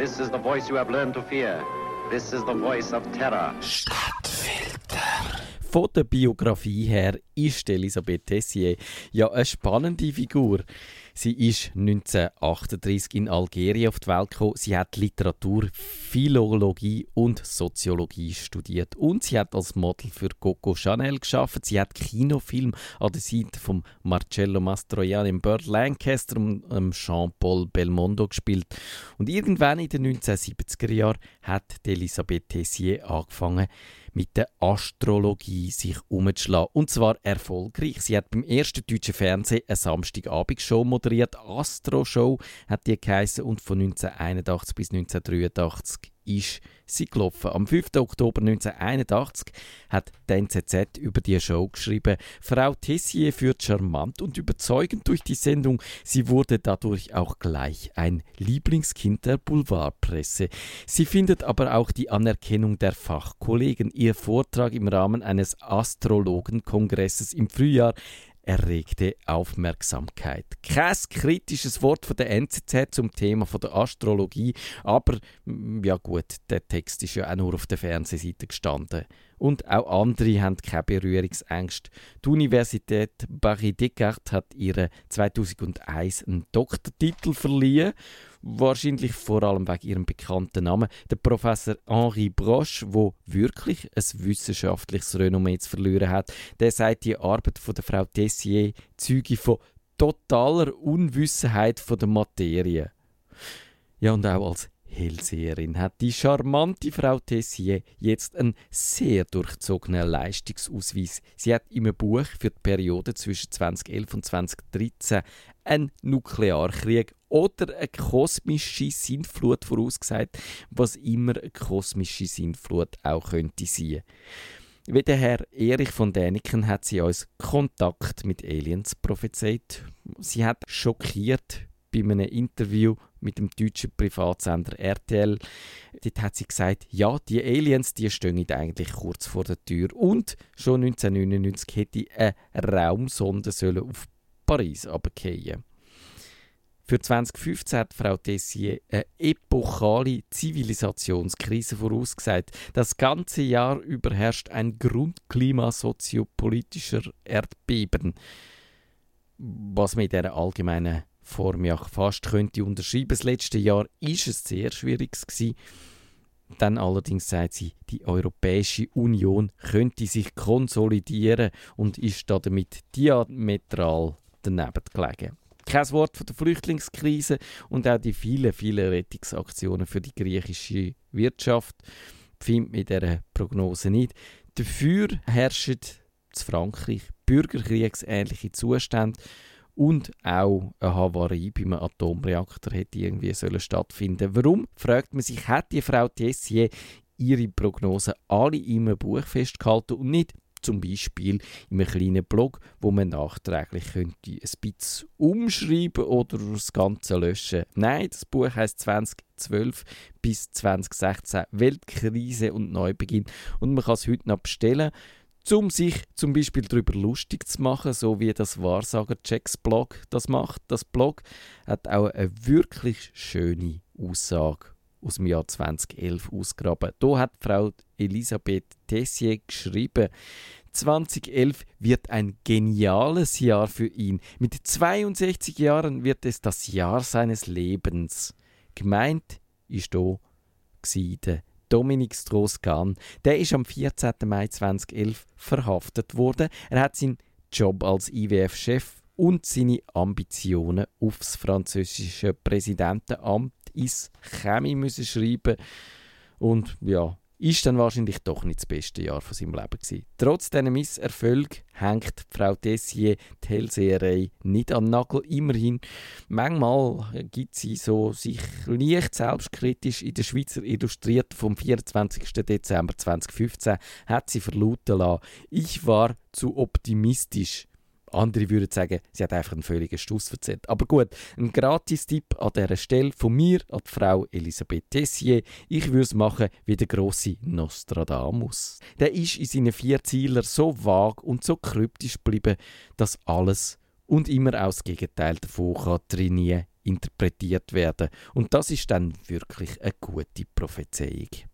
This is the voice you have learned to fear. This is the voice of terror. Stadtfilter. Von der Biografie her ist Elisabeth Tessier ja eine spannende Figur. Sie ist 1938 in Algerien auf die Welt gekommen. Sie hat Literatur, Philologie und Soziologie studiert. Und sie hat als Model für Coco Chanel gearbeitet. Sie hat Kinofilme an der Seite von Marcello Mastroianni, Burt Lancaster und Jean-Paul Belmondo gespielt. Und irgendwann in den 1970er Jahren hat Elisabeth Tessier angefangen, mit der Astrologie sich umzuschlagen. Und zwar erfolgreich. Sie hat beim ersten deutschen Fernsehen eine Samstagabendshow moderiert. Astro-Show hat die geheissen. Und von 1981 bis 1983 ist sie gelaufen. Am 5. Oktober 1981 hat die NZZ über die Show geschrieben: Frau Tessier führt charmant und überzeugend durch die Sendung. Sie wurde dadurch auch gleich ein Lieblingskind der Boulevardpresse. Sie findet aber auch die Anerkennung der Fachkollegen. Ihr Vortrag im Rahmen eines Astrologenkongresses im Frühjahr erregte Aufmerksamkeit. Kein kritisches Wort von der NZZ zum Thema von der Astrologie, aber ja gut, der Text ist ja auch nur auf der Fernsehseite gestanden. Und auch andere haben keine Berührungsängste. Die Universität Paris-Descartes hat ihr 2001 einen Doktortitel verliehen, wahrscheinlich vor allem wegen ihrem bekannten Namen. Der Professor Henri Broche, der wirklich ein wissenschaftliches Renommee zu verlieren hat, der sagt, die Arbeit von der Frau Tessier zeuge von totaler Unwissenheit von der Materie. Ja, und auch als Hellseherin hat die charmante Frau Tessier jetzt einen sehr durchzogenen Leistungsausweis. Sie hat in einem Buch für die Periode zwischen 2011 und 2013 einen Nuklearkrieg oder eine kosmische Sintflut vorausgesagt, was immer eine kosmische Sintflut auch könnte sein. Wie der Herr Erich von Däniken hat sie uns Kontakt mit Aliens prophezeit. Sie hat schockiert bei einem Interview mit dem deutschen Privatsender RTL. Dort hat sie gesagt, ja, die Aliens, die stehen eigentlich kurz vor der Tür. Und schon 1999 hätte eine Raumsonde auf Paris runterfallen. Für 2015 hat Frau Tessier eine epochale Zivilisationskrise vorausgesagt. Das ganze Jahr über herrscht ein Grundklima soziopolitischer Erdbeben. Was mit dieser allgemeinen Form ja fast könnte unterschreiben. Das letzte Jahr war es sehr schwierig gewesen. Dann allerdings sagt sie, die Europäische Union könnte sich konsolidieren und ist damit diametral daneben gelegen. Kein Wort von der Flüchtlingskrise und auch die vielen Rettungsaktionen für die griechische Wirtschaft findet mit dieser Prognose nicht. Dafür herrschen in Frankreich bürgerkriegsähnliche Zustände. Und auch eine Havarie beim Atomreaktor hätte irgendwie stattfinden. Warum, fragt man sich, hat die Frau Tessier ihre Prognosen alle in einem Buch festgehalten und nicht zum Beispiel in einem kleinen Blog, wo man nachträglich könnte ein bisschen umschreiben oder das Ganze löschen. Nein, das Buch heisst 2012 bis 2016 Weltkrise und Neubeginn und man kann es heute noch bestellen, um sich zum Beispiel darüber lustig zu machen, so wie das Wahrsager-Checks Blog das macht. Das Blog hat auch eine wirklich schöne Aussage aus dem Jahr 2011 ausgegraben. Da hat Frau Elisabeth Tessier geschrieben, 2011 wird ein geniales Jahr für ihn. Mit 62 Jahren wird es das Jahr seines Lebens. Gemeint ist hier der Dominique Strauss-Kahn. Der ist am 14. Mai 2011 verhaftet worden. Er hat seinen Job als IWF-Chef und seine Ambitionen aufs französische Präsidentenamt ins Chemie müssen schreiben. Und ja, ist dann wahrscheinlich doch nicht das beste Jahr von seinem Leben gewesen. Trotz diesen Misserfolg hängt Frau Tessier die Hellseherei nicht an den Nagel. Immerhin, manchmal gibt sie so sich leicht selbstkritisch. In der Schweizer Illustrierten vom 24. Dezember 2015 hat sie verlauten lassen, ich war zu optimistisch. Andere würden sagen, sie hat einfach einen völligen Stuss erzählt. Aber gut, ein Gratis-Tipp an dieser Stelle von mir an die Frau Elisabeth Tessier. Ich würde es machen wie der grosse Nostradamus. Der ist in seinen 4 Zielern so vag und so kryptisch geblieben, dass alles und immer auch das Gegenteil davon kann drin interpretiert werden. Und das ist dann wirklich eine gute Prophezeiung.